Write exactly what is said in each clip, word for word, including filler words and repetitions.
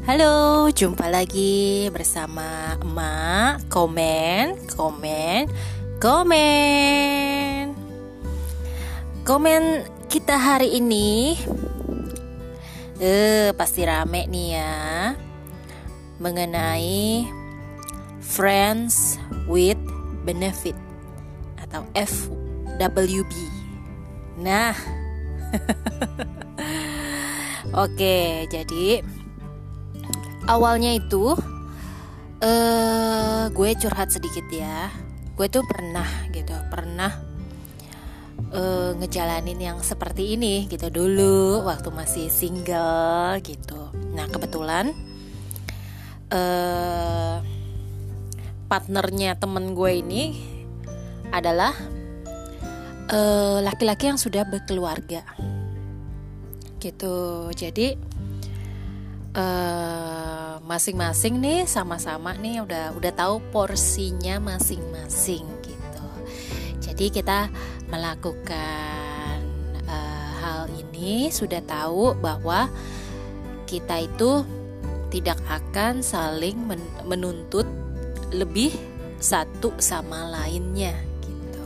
Halo, jumpa lagi bersama emak. Komen, komen, komen. Komen kita hari ini Eh, pasti rame nih ya, mengenai Friends with Benefit atau F W B. Nah, oke, jadi awalnya itu uh, gue curhat sedikit ya. Gue tuh pernah gitu, pernah uh, ngejalanin yang seperti ini gitu dulu waktu masih single gitu. Nah kebetulan uh, partnernya temen gue ini adalah uh, laki-laki yang sudah berkeluarga gitu. Jadi Uh, masing-masing nih sama-sama nih udah udah tahu porsinya masing-masing gitu. Jadi kita melakukan uh, hal ini sudah tahu bahwa kita itu tidak akan saling men- menuntut lebih satu sama lainnya gitu.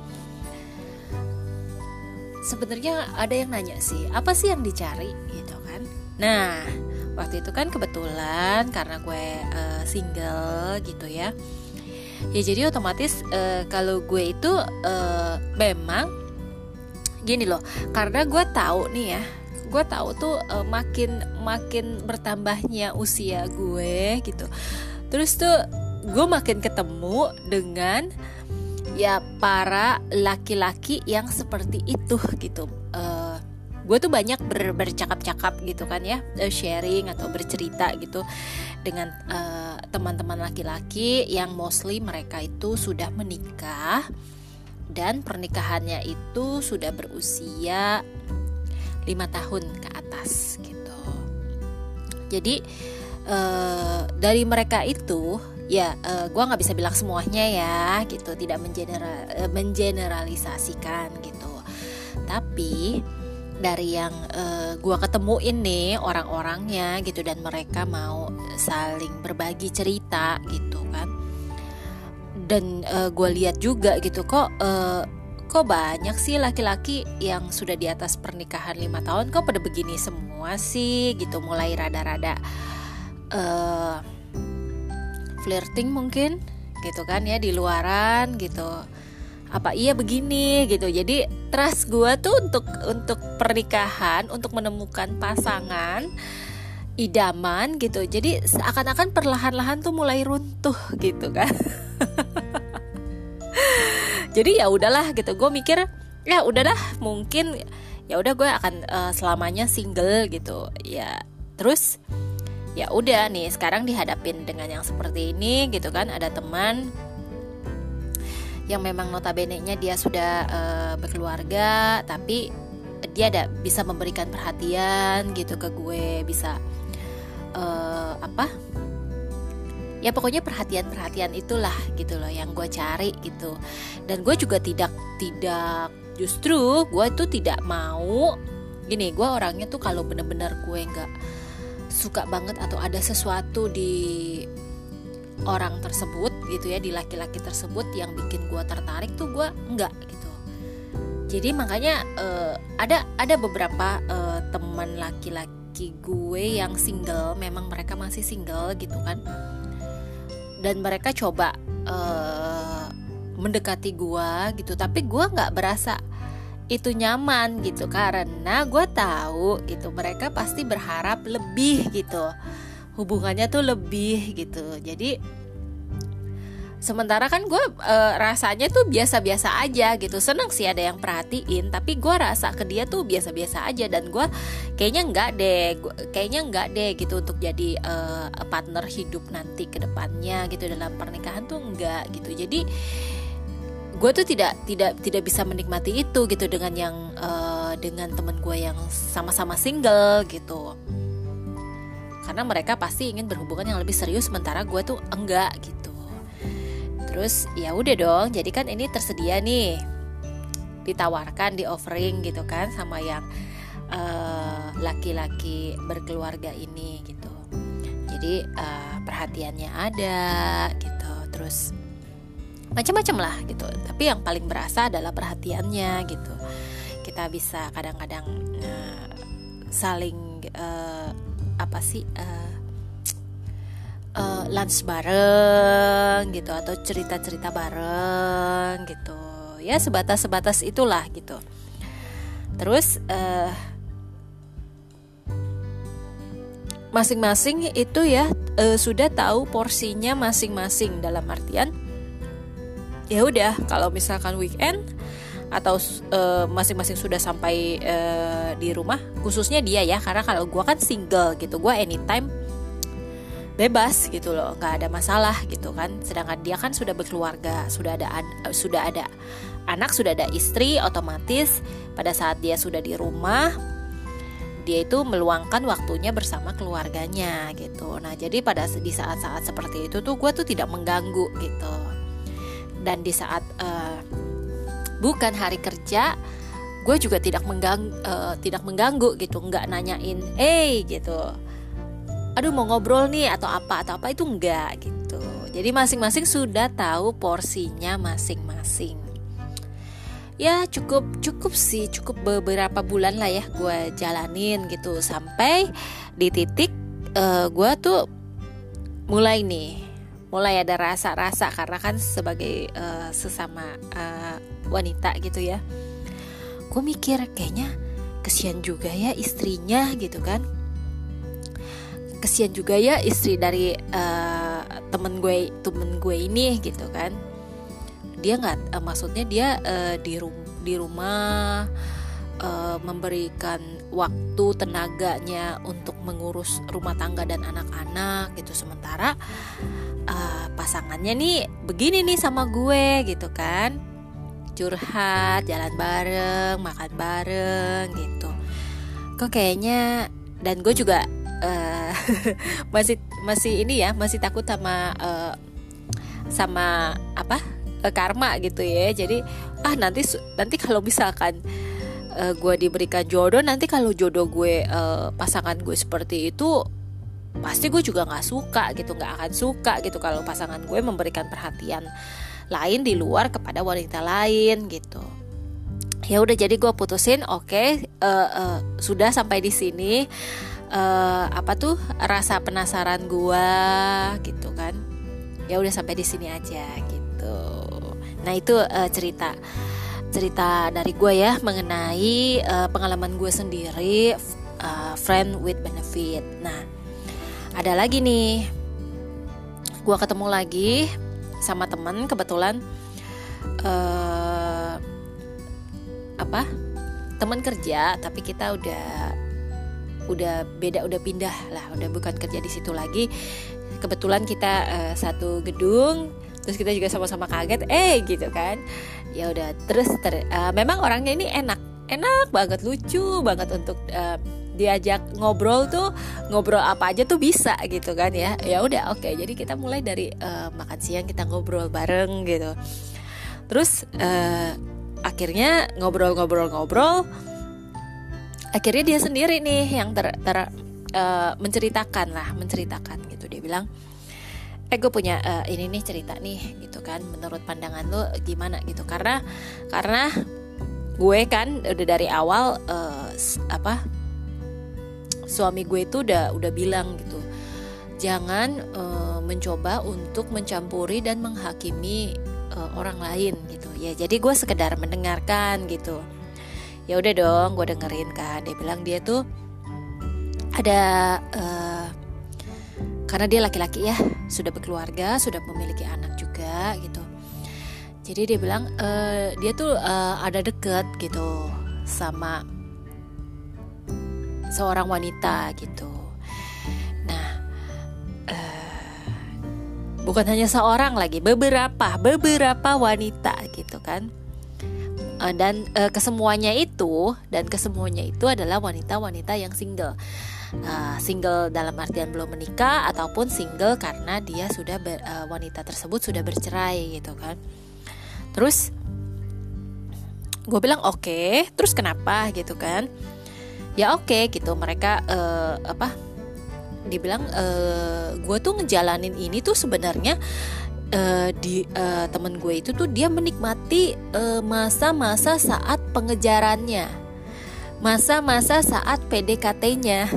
Sebenarnya ada yang nanya sih, apa sih yang dicari gitu kan? Nah, waktu itu kan kebetulan karena gue uh, single gitu ya. Ya jadi otomatis uh, kalau gue itu uh, memang gini loh, karena gue tahu nih ya, gue tahu tuh uh, makin makin bertambahnya usia gue gitu. Terus tuh gue makin ketemu dengan ya para laki-laki yang seperti itu gitu. Uh, gue tuh banyak ber, bercakap-cakap gitu kan ya, sharing atau bercerita gitu dengan uh, teman-teman laki-laki yang mostly mereka itu sudah menikah dan pernikahannya itu sudah berusia lima tahun ke atas gitu. Jadi uh, dari mereka itu ya uh, gue nggak bisa bilang semuanya ya gitu, tidak mengeneral, uh, mengeneralisasikan gitu, tapi dari yang uh, gue ketemuin nih orang-orangnya gitu, dan mereka mau saling berbagi cerita gitu kan. Dan uh, gue lihat juga gitu kok uh, kok banyak sih laki-laki yang sudah di atas pernikahan lima tahun kok pada begini semua sih gitu, mulai rada-rada uh, flirting mungkin gitu kan ya di luaran gitu. Apa iya begini gitu. Jadi trust gue tuh untuk untuk pernikahan, untuk menemukan pasangan idaman gitu. Jadi seakan-akan perlahan-lahan tuh mulai runtuh gitu kan. Jadi ya udahlah gitu. Gue mikir ya udahlah, mungkin ya udah gue akan uh, selamanya single gitu. Ya terus ya udah nih sekarang dihadapin dengan yang seperti ini gitu kan. Ada teman yang memang notabene-nya dia sudah uh, berkeluarga, tapi dia ada bisa memberikan perhatian gitu ke gue, bisa uh, apa ya pokoknya perhatian-perhatian itulah gitu loh yang gue cari gitu. Dan gue juga tidak tidak justru gue tuh tidak mau gini, gue orangnya tuh kalau bener-bener gue nggak suka banget atau ada sesuatu di orang tersebut gitu ya, di laki-laki tersebut yang bikin gue tertarik tuh gue enggak gitu. Jadi makanya uh, ada ada beberapa uh, teman laki-laki gue yang single, memang mereka masih single gitu kan, dan mereka coba uh, mendekati gue gitu, tapi gue nggak berasa itu nyaman gitu, karena gue tahu gitu mereka pasti berharap lebih gitu, hubungannya tuh lebih gitu. Jadi sementara kan gue e, rasanya tuh biasa-biasa aja gitu. Seneng sih ada yang perhatiin, tapi gue rasa ke dia tuh biasa-biasa aja. Dan gue kayaknya enggak deh gua, Kayaknya enggak deh gitu untuk jadi e, partner hidup nanti ke depannya gitu, dalam pernikahan tuh enggak gitu. Jadi gue tuh tidak tidak tidak bisa menikmati itu gitu dengan yang e, dengan temen gue yang sama-sama single gitu, karena mereka pasti ingin berhubungan yang lebih serius, sementara gue tuh enggak gitu. Terus ya udah dong, jadi kan ini tersedia nih, ditawarkan, di offering gitu kan sama yang uh, laki-laki berkeluarga ini gitu. Jadi uh, perhatiannya ada gitu, terus macam-macam lah gitu. Tapi yang paling berasa adalah perhatiannya gitu. Kita bisa kadang-kadang uh, saling uh, apa sih uh, uh, lunch bareng gitu, atau cerita-cerita bareng gitu. Ya sebatas-sebatas itulah gitu. Terus uh, masing-masing itu ya uh, sudah tahu porsinya masing-masing, dalam artian ya udah kalau misalkan weekend atau uh, masing-masing sudah sampai uh, di rumah, khususnya dia ya, karena kalau gue kan single gitu, gue anytime bebas gitu loh, nggak ada masalah gitu kan. Sedangkan dia kan sudah berkeluarga, sudah ada an- sudah ada anak, sudah ada istri, otomatis pada saat dia sudah di rumah, dia itu meluangkan waktunya bersama keluarganya gitu. Nah jadi pada di saat-saat seperti itu tuh gue tuh tidak mengganggu gitu. Dan di saat uh, bukan hari kerja, gue juga tidak mengganggu, uh, tidak mengganggu gitu, nggak nanyain, eh gitu, aduh mau ngobrol nih atau apa atau apa, itu enggak gitu. Jadi masing-masing sudah tahu porsinya masing-masing. Ya cukup cukup sih, cukup beberapa bulan lah ya gue jalanin gitu, sampai di titik uh, gue tuh mulai nih, mulai ada rasa-rasa, karena kan sebagai uh, sesama uh, wanita gitu ya, gue mikir kayaknya kesian juga ya istrinya gitu kan. Kesian juga ya istri dari uh, temen gue temen gue ini gitu kan. Dia nggak, uh, maksudnya dia uh, di rum- di rumah uh, memberikan waktu tenaganya untuk mengurus rumah tangga dan anak-anak gitu, sementara uh, pasangannya nih begini nih sama gue gitu kan, curhat, jalan bareng, makan bareng gitu. Kok kayaknya, dan gue juga Uh, masih masih ini ya, masih takut sama uh, sama apa uh, karma gitu ya. Jadi ah nanti nanti kalau misalkan uh, gue diberikan jodoh, nanti kalau jodoh gue uh, pasangan gue seperti itu, pasti gue juga nggak suka gitu, nggak akan suka gitu kalau pasangan gue memberikan perhatian lain di luar kepada wanita lain gitu. Ya udah, jadi gue putusin, oke, okay, uh, uh, sudah sampai di sini. Uh, apa tuh rasa penasaran gua gitu kan, ya udah sampai di sini aja gitu. Nah itu uh, cerita cerita dari gua ya mengenai uh, pengalaman gue sendiri, uh, friend with benefit. Nah ada lagi nih, gua ketemu lagi sama teman kebetulan, uh, apa teman kerja, tapi kita udah udah beda, udah pindah lah, udah bukan kerja di situ lagi. Kebetulan kita uh, satu gedung, terus kita juga sama-sama kaget, eh gitu kan. Ya udah, terus ter, uh, memang orangnya ini enak, enak banget, lucu banget untuk uh, diajak ngobrol tuh, ngobrol apa aja tuh bisa gitu kan ya. Ya udah oke, okay. Jadi kita mulai dari uh, makan siang kita ngobrol bareng gitu. Terus uh, akhirnya ngobrol-ngobrol-ngobrol. Akhirnya dia sendiri nih yang ter, ter uh, menceritakan lah, menceritakan gitu. Dia bilang, eh gue punya uh, ini nih cerita nih gitu kan. Menurut pandangan lo gimana gitu? Karena karena gue kan udah dari awal uh, apa suami gue itu udah udah bilang gitu, jangan uh, mencoba untuk mencampuri dan menghakimi uh, orang lain gitu. Ya jadi gue sekedar mendengarkan gitu. Ya udah dong, gue dengerin kan. Dia bilang dia tuh ada uh, karena dia laki-laki ya, sudah berkeluarga, sudah memiliki anak juga gitu. Jadi dia bilang uh, dia tuh uh, ada deket gitu sama seorang wanita gitu. Nah uh, bukan hanya seorang lagi, beberapa beberapa wanita gitu kan. Dan uh, kesemuanya itu dan kesemuanya itu adalah wanita-wanita yang single, uh, single dalam artian belum menikah ataupun single karena dia sudah ber, uh, wanita tersebut sudah bercerai gitu kan. Terus gue bilang oke, okay. Terus kenapa gitu kan? Ya oke okay, gitu, mereka uh, apa dia bilang e, gue tuh ngejalanin ini tuh sebenarnya Uh, di uh, temen gue itu tuh dia menikmati uh, masa-masa saat pengejarannya, masa-masa saat P D K T-nya.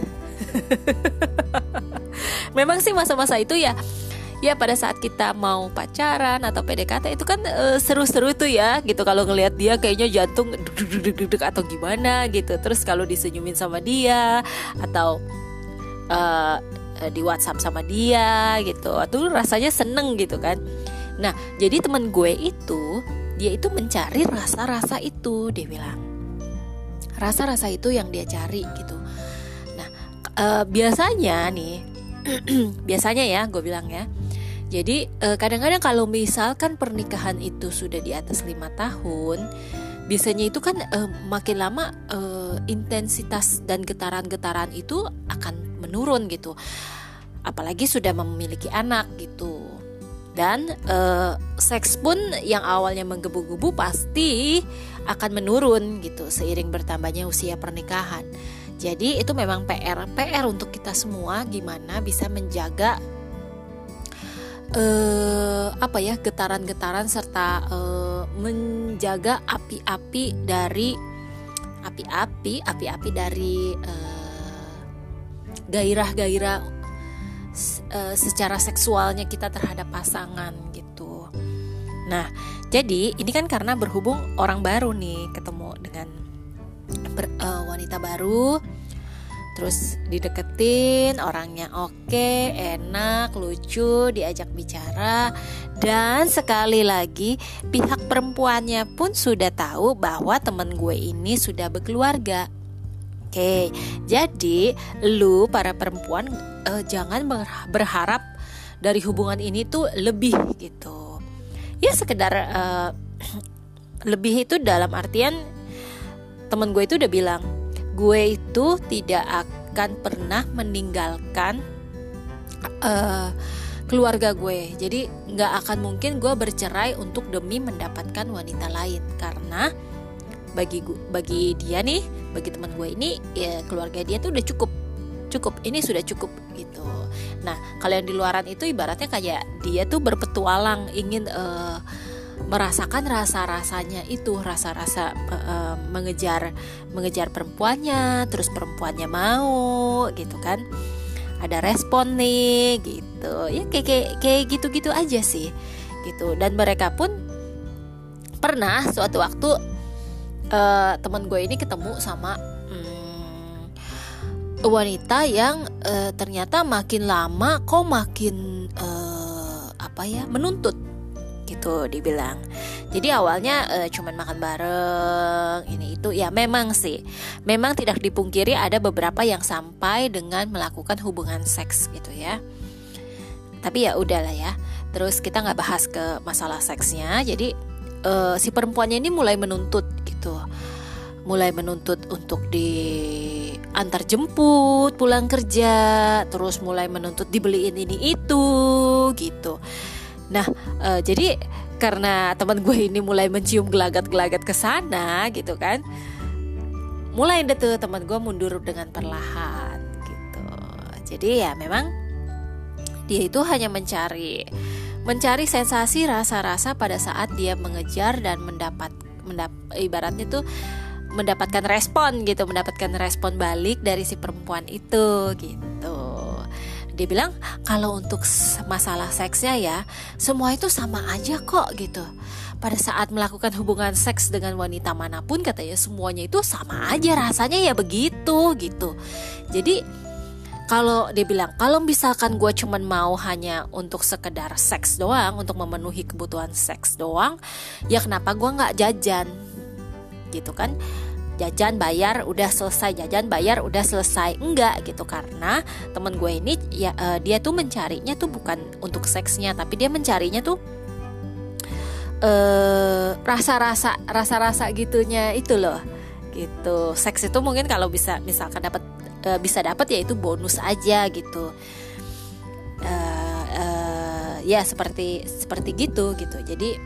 Memang sih masa-masa itu ya, ya pada saat kita mau pacaran atau P D K T itu kan uh, seru-seru tuh ya gitu. Kalau ngelihat dia kayaknya jantung deg-deg atau gimana gitu. Terus kalau disenyumin sama dia atau uh, di WhatsApp sama dia gitu, atau rasanya seneng gitu kan. Nah jadi teman gue itu dia itu mencari rasa-rasa itu, dia bilang rasa-rasa itu yang dia cari gitu. Nah e, biasanya nih biasanya ya gue bilang ya, jadi e, kadang-kadang kalau misalkan pernikahan itu sudah di atas lima tahun, biasanya itu kan e, makin lama e, intensitas dan getaran-getaran itu akan menurun gitu, apalagi sudah memiliki anak gitu. Dan e, seks pun yang awalnya menggebu-gebu pasti akan menurun gitu seiring bertambahnya usia pernikahan. Jadi itu memang P R P R untuk kita semua, gimana bisa menjaga e, apa ya getaran-getaran serta e, menjaga api-api dari api-api api-api dari e, gairah-gairah uh, secara seksualnya kita terhadap pasangan gitu. Nah, jadi ini kan karena berhubung orang baru nih ketemu dengan ber, uh, wanita baru, terus dideketin, orangnya oke, enak, lucu, diajak bicara, dan sekali lagi pihak perempuannya pun sudah tahu bahwa temen gue ini sudah berkeluarga. Oke, jadi lu para perempuan uh, jangan berharap dari hubungan ini tuh lebih gitu. Ya sekedar uh, lebih itu dalam artian temen gue itu udah bilang, gue itu tidak akan pernah meninggalkan uh, keluarga gue. Jadi nggak akan mungkin gue bercerai untuk demi mendapatkan wanita lain, karena bagi bagi dia nih, bagi teman gue ini ya keluarga dia tuh udah cukup cukup ini sudah cukup gitu. Nah kalau yang di luaran itu ibaratnya kayak dia tuh berpetualang, ingin uh, merasakan rasa-rasanya itu, rasa-rasa uh, mengejar mengejar perempuannya, terus perempuannya mau gitu kan, ada respon nih gitu ya, kayak kayak, kayak gitu-gitu aja sih gitu. Dan mereka pun pernah suatu waktu Uh, teman gue ini ketemu sama um, wanita yang uh, ternyata makin lama kok makin uh, apa ya menuntut gitu dibilang. Jadi awalnya uh, cuman makan bareng ini itu ya, memang sih memang tidak dipungkiri ada beberapa yang sampai dengan melakukan hubungan seks gitu ya. Tapi ya udahlah ya. Terus kita nggak bahas ke masalah seksnya. Jadi uh, si perempuannya ini mulai menuntut gitu, mulai menuntut untuk diantar jemput pulang kerja, terus mulai menuntut dibeliin ini itu gitu. Nah uh, jadi karena teman gue ini mulai mencium gelagat-gelagat ke sana gitu kan, mulai deh tuh teman gue mundur dengan perlahan gitu. Jadi ya memang dia itu hanya mencari mencari sensasi rasa-rasa pada saat dia mengejar dan mendapat mendap, ibaratnya tuh mendapatkan respon gitu, mendapatkan respon balik dari si perempuan itu gitu. Dia bilang kalau untuk masalah seksnya ya semua itu sama aja kok gitu. Pada saat melakukan hubungan seks dengan wanita manapun katanya semuanya itu sama aja rasanya ya begitu gitu. Jadi kalau dia bilang, kalau misalkan gue cuman mau hanya untuk sekedar seks doang, untuk memenuhi kebutuhan seks doang, ya kenapa gue gak jajan gitu kan. Jajan bayar udah selesai, jajan bayar udah selesai. Enggak gitu, karena temen gue ini ya uh, dia tuh mencarinya tuh bukan untuk seksnya, tapi dia mencarinya tuh uh, rasa-rasa rasa-rasa gitunya itu loh gitu. Seks itu mungkin kalau bisa misalkan dapat bisa dapat ya itu bonus aja gitu, uh, uh, ya seperti seperti gitu gitu. Jadi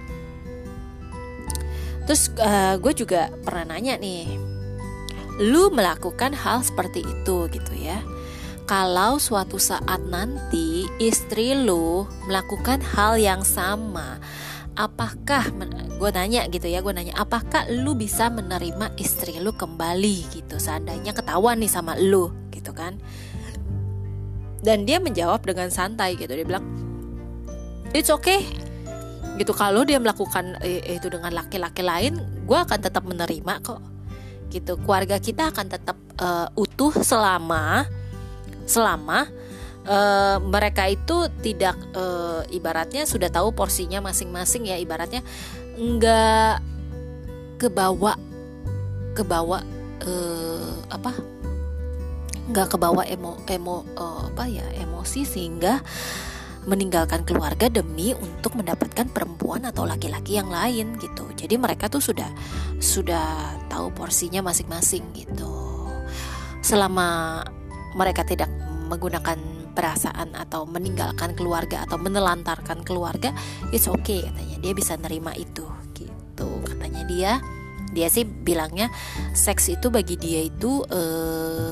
terus uh, gue juga pernah nanya nih, lu melakukan hal seperti itu gitu ya, kalau suatu saat nanti istri lu melakukan hal yang sama, apakah, gue nanya gitu ya, gue nanya apakah lu bisa menerima istri lu kembali gitu, seandainya ketahuan nih sama lu gitu kan. Dan dia menjawab dengan santai gitu, dia bilang it's okay gitu, kalau dia melakukan eh, itu dengan laki-laki lain, gue akan tetap menerima kok gitu. Keluarga kita akan tetap uh, utuh selama selama uh, mereka itu tidak uh, ibaratnya sudah tahu porsinya masing-masing ya, ibaratnya enggak kebawa kebawa uh, apa enggak kebawa emo emo uh, apa ya emosi sehingga meninggalkan keluarga demi untuk mendapatkan perempuan atau laki-laki yang lain gitu. Jadi mereka tuh sudah sudah tahu porsinya masing-masing gitu. Selama mereka tidak menggunakan perasaan atau meninggalkan keluarga atau menelantarkan keluarga, it's okay katanya. Dia bisa nerima itu gitu. Katanya dia, dia sih bilangnya seks itu bagi dia itu eh,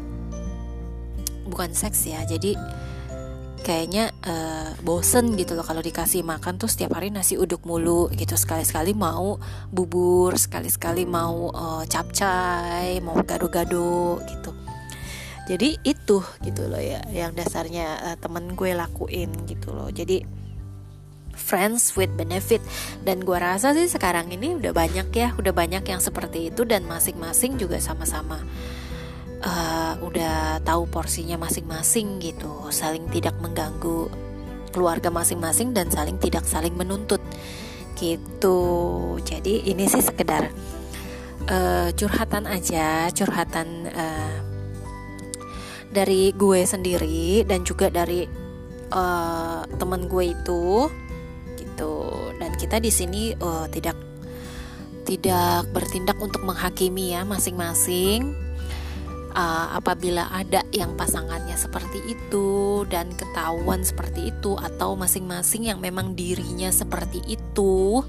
bukan seks ya. Jadi kayaknya uh, bosen gitu loh kalau dikasih makan tuh setiap hari nasi uduk mulu gitu. Sekali-sekali mau bubur, sekali-sekali mau uh, capcay, mau gado-gado gitu. Jadi itu gitu loh ya yang dasarnya uh, temen gue lakuin gitu loh. Jadi friends with benefit. Dan gue rasa sih sekarang ini udah banyak ya, udah banyak yang seperti itu, dan masing-masing juga sama-sama Uh, udah tahu porsinya masing-masing gitu, saling tidak mengganggu keluarga masing-masing dan saling tidak saling menuntut gitu. Jadi ini sih sekedar uh, curhatan aja, curhatan uh, dari gue sendiri dan juga dari uh, teman gue itu gitu. Dan kita di sini uh, tidak tidak bertindak untuk menghakimi ya, masing-masing. Uh, apabila ada yang pasangannya seperti itu dan ketahuan seperti itu, atau masing-masing yang memang dirinya seperti itu,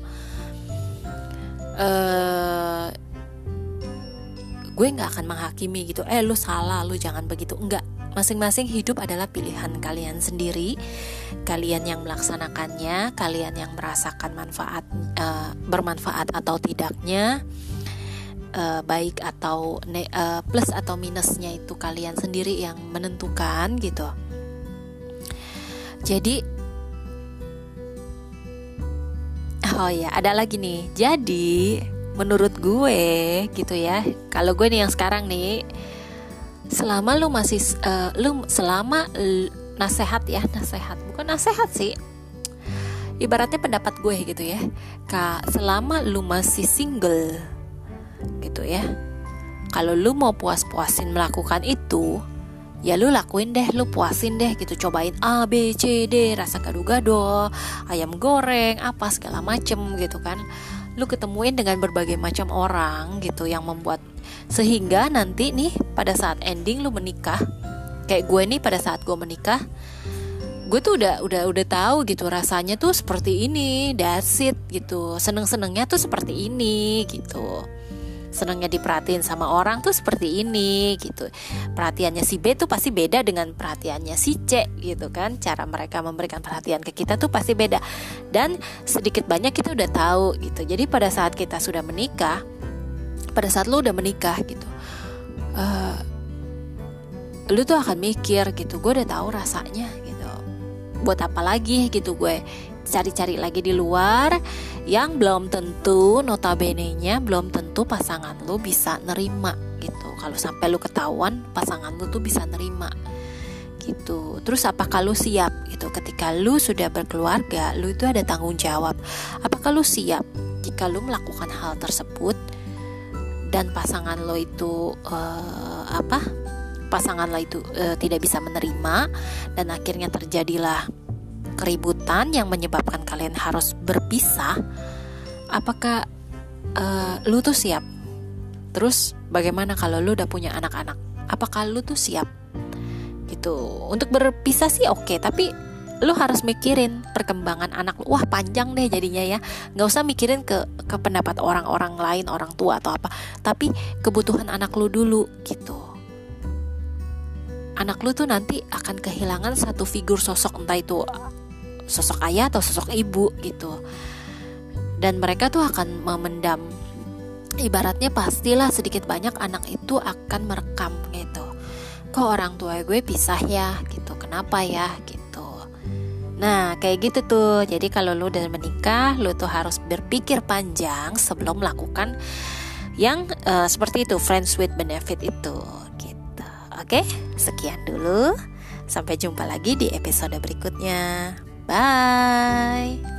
uh, gue gak akan menghakimi gitu, eh lu salah, lu jangan begitu. Enggak, masing-masing hidup adalah pilihan kalian sendiri, kalian yang melaksanakannya, kalian yang merasakan manfaat, uh, bermanfaat atau tidaknya. Uh, baik atau ne- uh, plus atau minusnya itu kalian sendiri yang menentukan gitu. Jadi oh ya ada lagi nih. Jadi menurut gue gitu ya, kalau gue nih yang sekarang nih, selama lu masih uh, lu selama l- nasehat ya nasehat bukan nasehat sih, ibaratnya pendapat gue gitu ya, Kak, selama lu masih single gitu ya, kalau lu mau puas-puasin melakukan itu, ya lu lakuin deh, lu puasin deh gitu, cobain A, B, C, D, rasa gado-gado, ayam goreng, apa segala macem gitu kan. Lu ketemuin dengan berbagai macam orang gitu yang membuat, sehingga nanti nih pada saat ending lu menikah, kayak gue nih pada saat gue menikah, gue tuh udah udah udah tahu gitu rasanya tuh seperti ini, that's it gitu. Seneng-senengnya tuh seperti ini gitu. Senangnya diperhatiin sama orang tuh seperti ini gitu. Perhatiannya si B tuh pasti beda dengan perhatiannya si C gitu kan. Cara mereka memberikan perhatian ke kita tuh pasti beda. Dan sedikit banyak kita udah tahu gitu. Jadi pada saat kita sudah menikah, pada saat lu udah menikah gitu, uh, lu tuh akan mikir gitu, gue udah tahu rasanya gitu, buat apa lagi gitu gue cari-cari lagi di luar yang belum tentu, notabene-nya belum tentu pasangan lu bisa nerima gitu. Kalau sampai lu ketahuan pasangan lu tuh bisa nerima gitu. Terus apakah lu siap gitu ketika lu sudah berkeluarga, lu itu ada tanggung jawab. Apakah lu siap jika lu melakukan hal tersebut dan pasangan lo itu uh, apa? Pasangan lo itu uh, tidak bisa menerima dan akhirnya terjadilah keributan yang menyebabkan kalian harus berpisah. Apakah uh, lu tuh siap? Terus bagaimana kalau lu udah punya anak-anak? Apakah lu tuh siap gitu? Untuk berpisah sih oke, okay, tapi lu harus mikirin perkembangan anak lu. Wah panjang deh jadinya ya. Gak usah mikirin ke, ke pendapat orang-orang lain, orang tua atau apa, tapi kebutuhan anak lu dulu gitu. anak lu tuh nanti akan kehilangan satu figur sosok, entah itu sosok ayah atau sosok ibu gitu. Dan mereka tuh akan memendam, ibaratnya pastilah sedikit banyak anak itu akan merekam gitu. Kok orang tua gue pisah ya gitu, kenapa ya gitu. Nah kayak gitu tuh. Jadi kalau lu udah menikah, lu tuh harus berpikir panjang sebelum melakukan yang uh, seperti itu, friends with benefit itu gitu. Oke, sekian dulu. Sampai jumpa lagi di episode berikutnya. Bye.